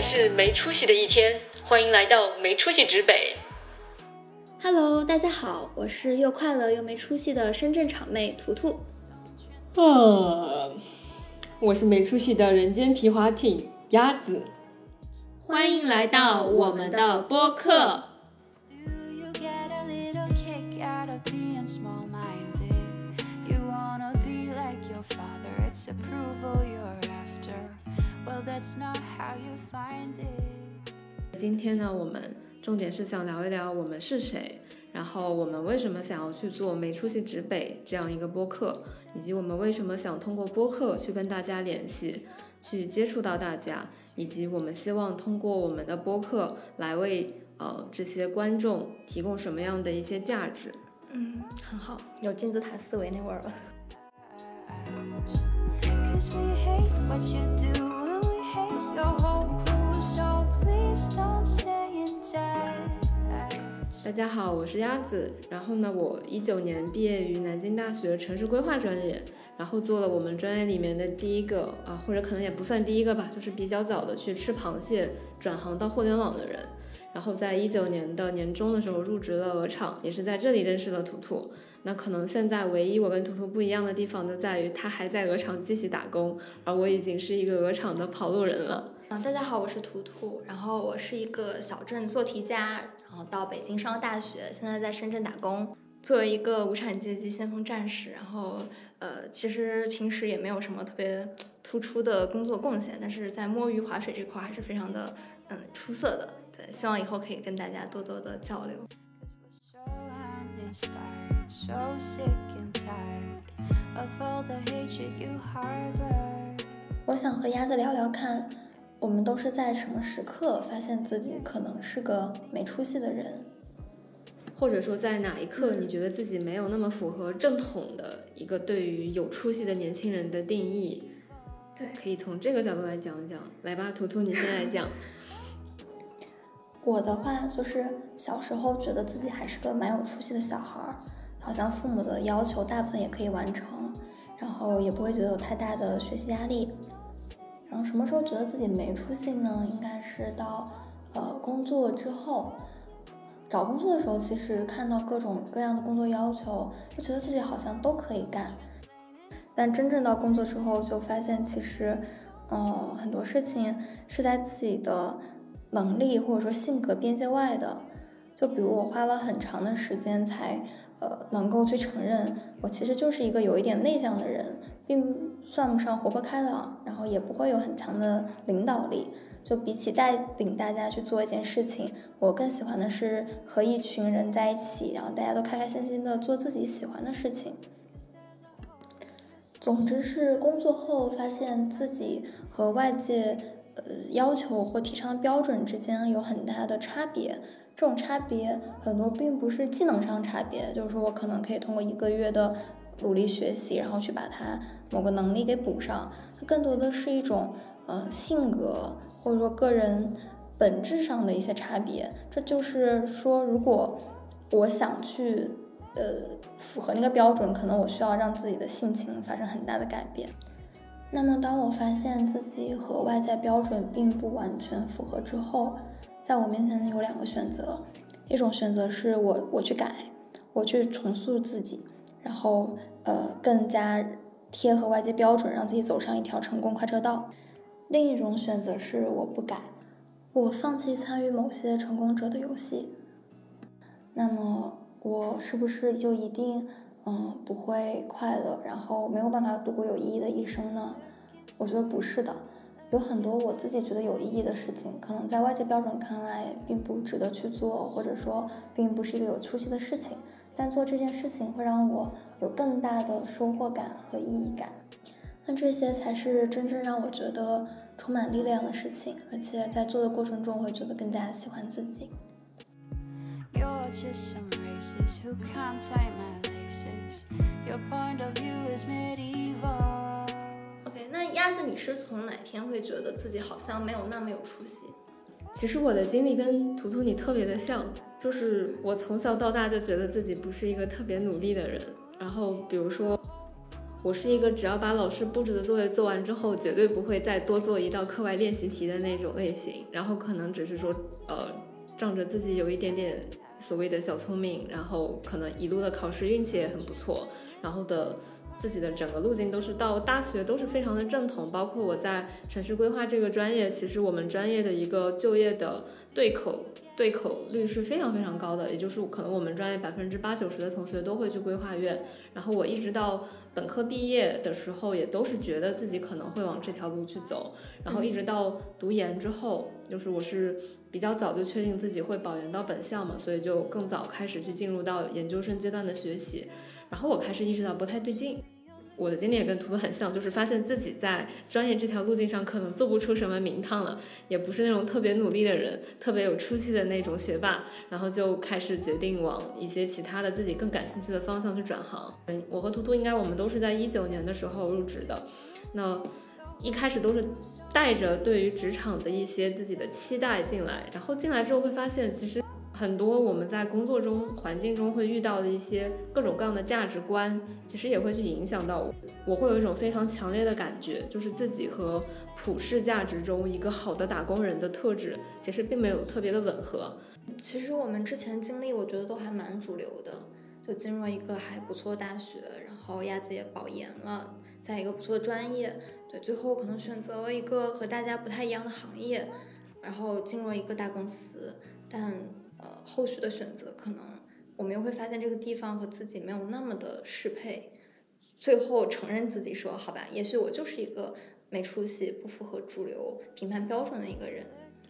是没出息的一天，欢迎来到没出息指北。 Hello， 大家好，我是又快乐又没出息的深圳场妹图图。 我是没出息的人间皮划艇鸭子。 欢迎来到我们的播客。 今天呢，我们重点是想聊一聊我们是谁，然后我们为什么想要去做没出息指北这样一个播客，以及我们为什么想通过播客去跟大家联系，去接触到大家，以及我们希望通过我们的播客来为这些观众提供什么样的一些价值。 很好，有金字塔思维那味儿了。 大家好，我是鸭子。然后呢，我19年毕业于南京大学城市规划专业，然后做了我们专业里面的第一个或者可能也不算第一个吧，就是比较早的去吃螃蟹转行到互联网的人。然后在19年的年中的时候入职了鹅厂，也是在这里认识了图图。那可能现在唯一我跟图图不一样的地方就在于他还在鹅厂继续打工，而我已经是一个鹅厂的跑路人了。 大家好，我是图图，然后我是一个小镇做题家，然后到北京上大学，现在在深圳打工，作为一个无产阶级先锋战士。然后其实平时也没有什么特别突出的工作贡献，但是在摸鱼划水这块还是非常的出色的。对，希望以后可以跟大家多多的交流。我想和鸭子聊聊看，我们都是在什么时刻发现自己可能是个没出息的人， 或者说在哪一刻你觉得自己没有那么符合正统的一个对于有出息的年轻人的定义。 对， 可以从这个角度来讲讲。来吧，图图你先来讲。 我的话就是小时候觉得自己还是个蛮有出息的小孩，好像父母的要求大部分也可以完成，然后也不会觉得有太大的学习压力。然后什么时候觉得自己没出息呢？应该是到工作之后，找工作的时候，其实看到各种各样的工作要求，就觉得自己好像都可以干。但真正到工作之后，就发现其实很多事情是在自己的能力或者说性格边界外的。就比如我花了很长的时间才能够去承认我其实就是一个有一点内向的人，并算不上活泼开朗，然后也不会有很强的领导力。就比起带领大家去做一件事情，我更喜欢的是和一群人在一起，然后大家都开开心心的做自己喜欢的事情。总之是工作后发现自己和外界要求或提倡的标准之间有很大的差别。这种差别很多并不是技能上差别，就是说我可能可以通过1个月的努力学习，然后去把它某个能力给补上。它更多的是一种性格或者说个人本质上的一些差别。这就是说，如果我想去符合那个标准，可能我需要让自己的性情发生很大的改变。那么当我发现自己和外在标准并不完全符合之后，在我面前有2个选择。一种选择是我去改，我去重塑自己，然后更加贴合外界标准，让自己走上一条成功快车道。另一种选择是我不改，我放弃参与某些成功者的游戏。那么我是不是就一定不会快乐，然后没有办法度过有意义的一生呢？我觉得不是的。有很多我自己觉得有意义的事情，可能在外界标准看来并不值得去做，或者说并不是一个有出息的事情，但做这件事情会让我有更大的收获感和意义感。那这些才是真正让我觉得充满力量的事情，而且在做的过程中会觉得更加喜欢自己。那鸭子，你是从哪天会觉得自己好像没有那么有出息？ 其实我的经历跟图图你特别的像，就是我从小到大就觉得自己不是一个特别努力的人。然后比如说我是一个只要把老师布置的作业做完之后，绝对不会再多做一道课外练习题的那种类型。然后可能只是说，仗着自己有一点点所谓的小聪明，然后可能一路的考试运气也很不错，然后自己的整个路径都是到大学都是非常的正统。包括我在城市规划这个专业，其实我们专业的一个就业的对口率是非常非常高的，也就是可能我们专业80%-90%的同学都会去规划院。然后我一直到本科毕业的时候，也都是觉得自己可能会往这条路去走。然后一直到读研之后，就是我是比较早就确定自己会保研到本校嘛，所以就更早开始去进入到研究生阶段的学习。然后我开始意识到不太对劲。我的经历也跟图图很像，就是发现自己在专业这条路径上可能做不出什么名堂了，也不是那种特别努力的人，特别有出息的那种学霸，然后就开始决定往一些其他的自己更感兴趣的方向去转行。我和图图应该我们都是在19年的时候入职的，那一开始都是带着对于职场的一些自己的期待进来，然后进来之后会发现其实很多我们在工作中环境中会遇到的一些各种各样的价值观，其实也会去影响到我会有一种非常强烈的感觉，就是自己和普世价值中一个好的打工人的特质其实并没有特别的吻合。 其实我们之前经历我觉得都还蛮主流的，就进入了一个还不错的大学，然后鸭子也保研了，在一个不错的专业，对，最后可能选择了一个和大家不太一样的行业，然后进入了一个大公司，但后续的选择可能我们又会发现这个地方和自己没有那么的适配，最后承认自己说好吧，也许我就是一个没出息、不符合主流评判标准的一个人。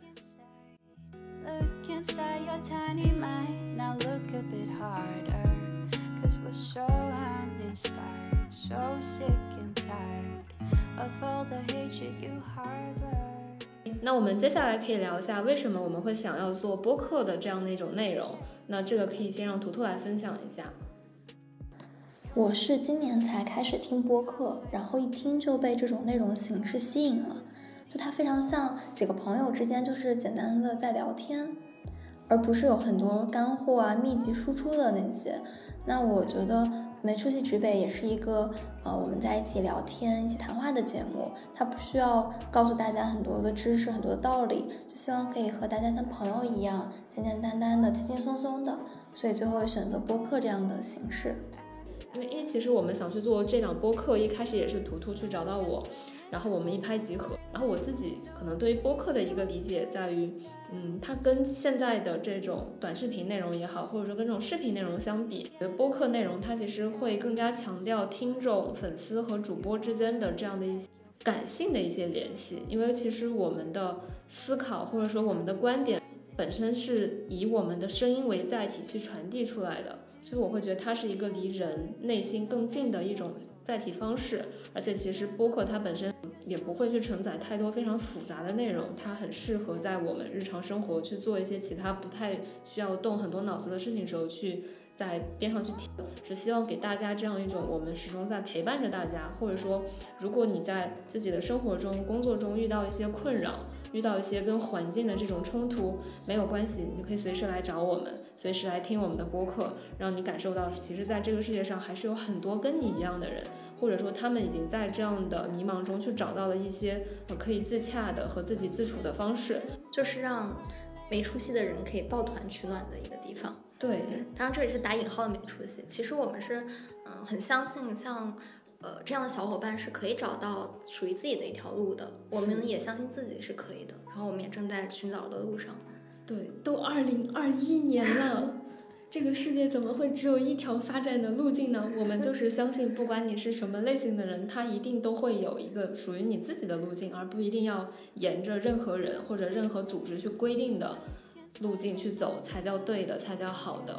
Look inside your tiny mind, now look a bit harder, 'cause we're so uninspired, so sick and tired of all the hatred you harbor. 那我们接下来可以聊一下为什么我们会想要做播客的这样的一种内容。那这个可以先让图图来分享一下。 我是今年才开始听播客，然后一听就被这种内容形式吸引了，就它非常像几个朋友之间就是简单的在聊天，而不是有很多干货啊密集输出的那些。那我觉得没出息指北也是一个我们在一起聊天一起谈话的节目，它不需要告诉大家很多的知识很多的道理，就希望可以和大家像朋友一样简简单单的轻轻松松的，所以最后会选择播客这样的形式。 因为其实我们想去做这档播客，一开始也是图图去找到我，然后我们一拍即合。然后我自己可能对于播客的一个理解在于，它跟现在的这种短视频内容也好，或者说跟这种视频内容相比，播客内容它其实会更加强调听众、粉丝和主播之间的这样的一些感性的一些联系。因为其实我们的思考或者说我们的观点本身是以我们的声音为载体去传递出来的，所以我会觉得它是一个离人内心更近的一种载体方式。而且其实播客它本身也不会去承载太多非常复杂的内容，它很适合在我们日常生活去做一些其他不太需要动很多脑子的事情的时候去在边上去听，是希望给大家这样一种我们始终在陪伴着大家，或者说如果你在自己的生活中工作中遇到一些困扰，遇到一些跟环境的这种冲突，没有关系，你就可以随时来找我们，随时来听我们的播客，让你感受到其实在这个世界上还是有很多跟你一样的人，或者说他们已经在这样的迷茫中去找到了一些可以自洽的和自己自处的方式， 就是让没出息的人可以抱团取暖的一个地方。 对， 当然这里是打引号的没出息，其实我们是很相信像这样的小伙伴是可以找到属于自己的一条路的，我们也相信自己是可以的，然后我们也正在寻找的路上。 对，都2021年了这个世界怎么会只有一条发展的路径呢？我们就是相信不管你是什么类型的人，他一定都会有一个属于你自己的路径，而不一定要沿着任何人或者任何组织去规定的路径去走才叫对的，才叫好的。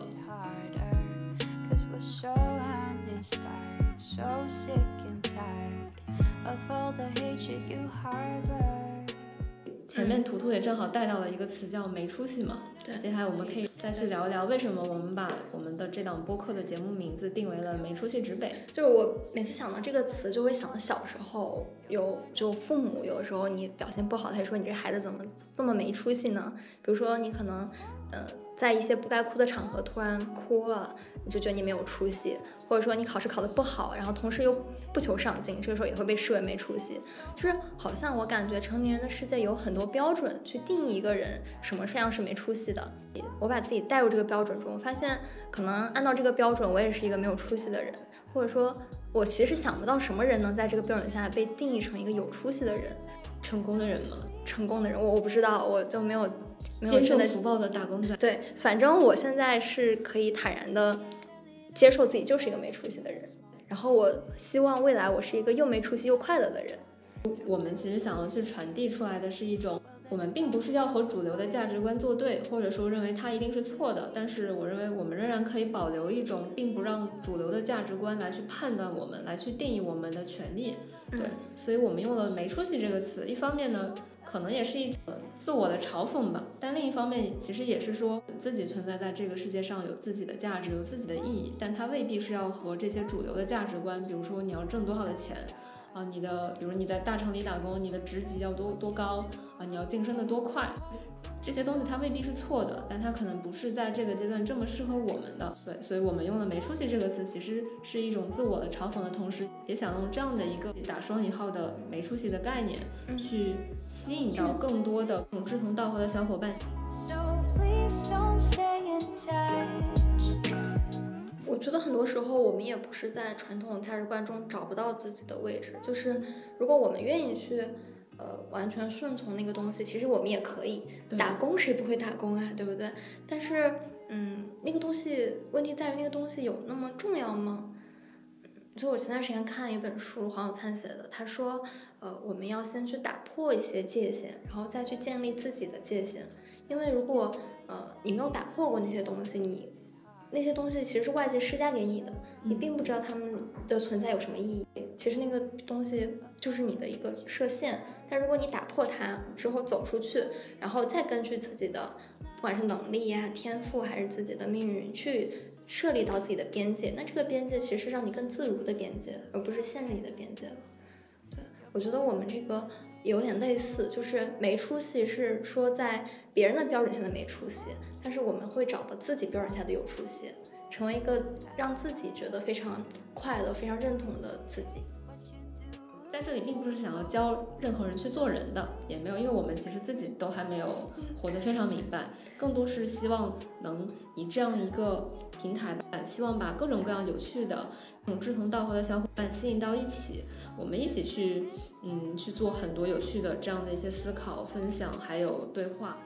前面图图也正好带到了一个词叫没出息嘛， 对， 接下来我们可以再去聊一聊为什么我们把我们的这档播客的节目名字定为了没出息指北。 就是我每次想到这个词就会想到小时候就父母有的时候你表现不好，他就说你这孩子怎么这么没出息呢？比如说你可能在一些不该哭的场合突然哭了，你就觉得你没有出息，或者说你考试考得不好，然后同时又不求上进，这个时候也会被视为没出息。就是好像我感觉成年人的世界有很多标准去定义一个人什么样是没出息的。我把自己带入这个标准中，发现可能按照这个标准，我也是一个没有出息的人，或者说我其实想不到什么人能在这个标准下被定义成一个有出息的人。 成功的人吗？ 成功的人，我不知道，我就没有接受福报的打工仔。 对，反正我现在是可以坦然的接受自己就是一个没出息的人，然后我希望未来我是一个又没出息又快乐的人。 我们其实想要去传递出来的是一种，我们并不是要和主流的价值观作对，或者说认为它一定是错的，但是我认为我们仍然可以保留一种并不让主流的价值观来去判断我们，来去定义我们的权利。对，所以我们用了没出息这个词，一方面呢可能也是一种自我的嘲讽吧，但另一方面其实也是说自己存在在这个世界上有自己的价值，有自己的意义，但它未必是要和这些主流的价值观，比如说你要挣多少的钱啊，比如你在大厂里打工，你的职级要多高啊，你要晋升的多快，这些东西它未必是错的，但它可能不是在这个阶段这么适合我们的。对，所以我们用了没出息这个词，其实是一种自我的嘲讽的同时，也想用这样的一个打双引号的没出息的概念，去吸引到更多的志同道合的小伙伴。 我觉得很多时候我们也不是在传统价值观中找不到自己的位置，就是如果我们愿意去完全顺从那个东西，其实我们也可以打工，谁不会打工啊，对不对？但是那个东西问题在于那个东西有那么重要吗？所以我前段时间看一本书，黄有灿写的，他说我们要先去打破一些界限，然后再去建立自己的界限，因为如果你没有打破过那些东西，那些东西其实是外界施加给你的，你并不知道它们的存在有什么意义。其实那个东西就是你的一个设限，但如果你打破它之后走出去，然后再根据自己的不管是能力呀、天赋还是自己的命运去设立到自己的边界，那这个边界其实是让你更自如的边界，而不是限制你的边界了。对，我觉得我们这个有点类似，就是没出息是说在别人的标准下的没出息，但是我们会找到自己标准下的有出息，成为一个让自己觉得非常快乐、非常认同的自己。 在这里并不是想要教任何人去做人的，也没有，因为我们其实自己都还没有活得非常明白，更多是希望能以这样一个平台吧，希望把各种各样有趣的这种志同道合的小伙伴吸引到一起，我们一起去做很多有趣的这样的一些思考、分享还有对话。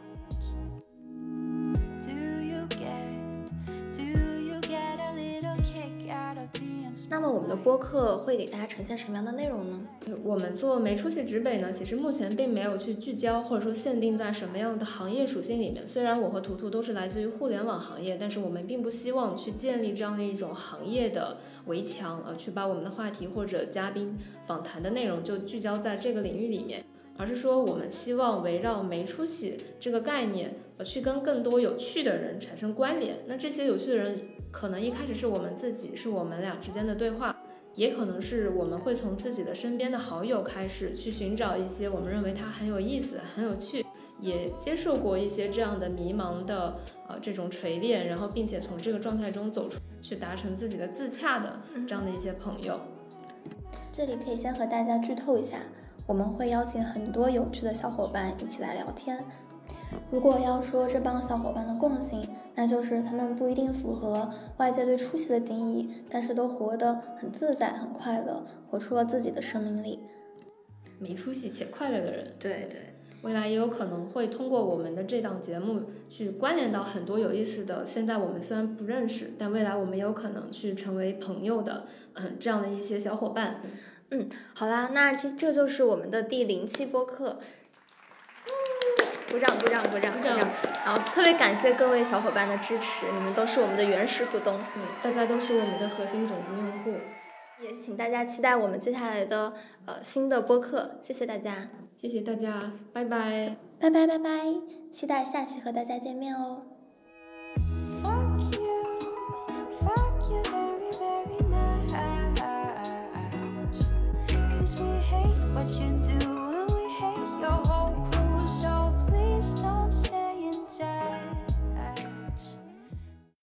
那么我们的播客会给大家呈现什么样的内容呢？ 我们做没出息指北呢，其实目前并没有去聚焦或者说限定在什么样的行业属性里面。虽然我和图图都是来自于互联网行业，但是我们并不希望去建立这样的一种行业的围墙，去把我们的话题或者嘉宾访谈的内容就聚焦在这个领域里面，而是说我们希望围绕没出息这个概念，去跟更多有趣的人产生关联。那这些有趣的人可能一开始是我们自己，是我们俩之间的对话，也可能是我们会从自己的身边的好友开始去寻找一些我们认为他很有意思、很有趣，也接受过一些这样的迷茫的这种锤炼，然后并且从这个状态中走出去，达成自己的自洽的这样的一些朋友。 这里可以先和大家剧透一下，我们会邀请很多有趣的小伙伴一起来聊天。如果要说这帮小伙伴的共性，那就是他们不一定符合外界对出息的定义，但是都活得很自在、很快乐，活出了自己的生命力。 没出息且快乐的人， 对， 未来也有可能会通过我们的这档节目去关联到很多有意思的，现在我们虽然不认识，但未来我们也有可能去成为朋友的这样的一些小伙伴。 好啦，那这就是我们的第0期播客。鼓掌！然后特别感谢各位小伙伴的支持，你们都是我们的原始股东。 大家都是我们的核心种子用户。 也请大家期待我们接下来的新的播客，谢谢大家。 谢谢大家，拜拜。 拜拜，期待下期和大家见面哦。 Fuck you very, very much. 'Cause we hate what you do.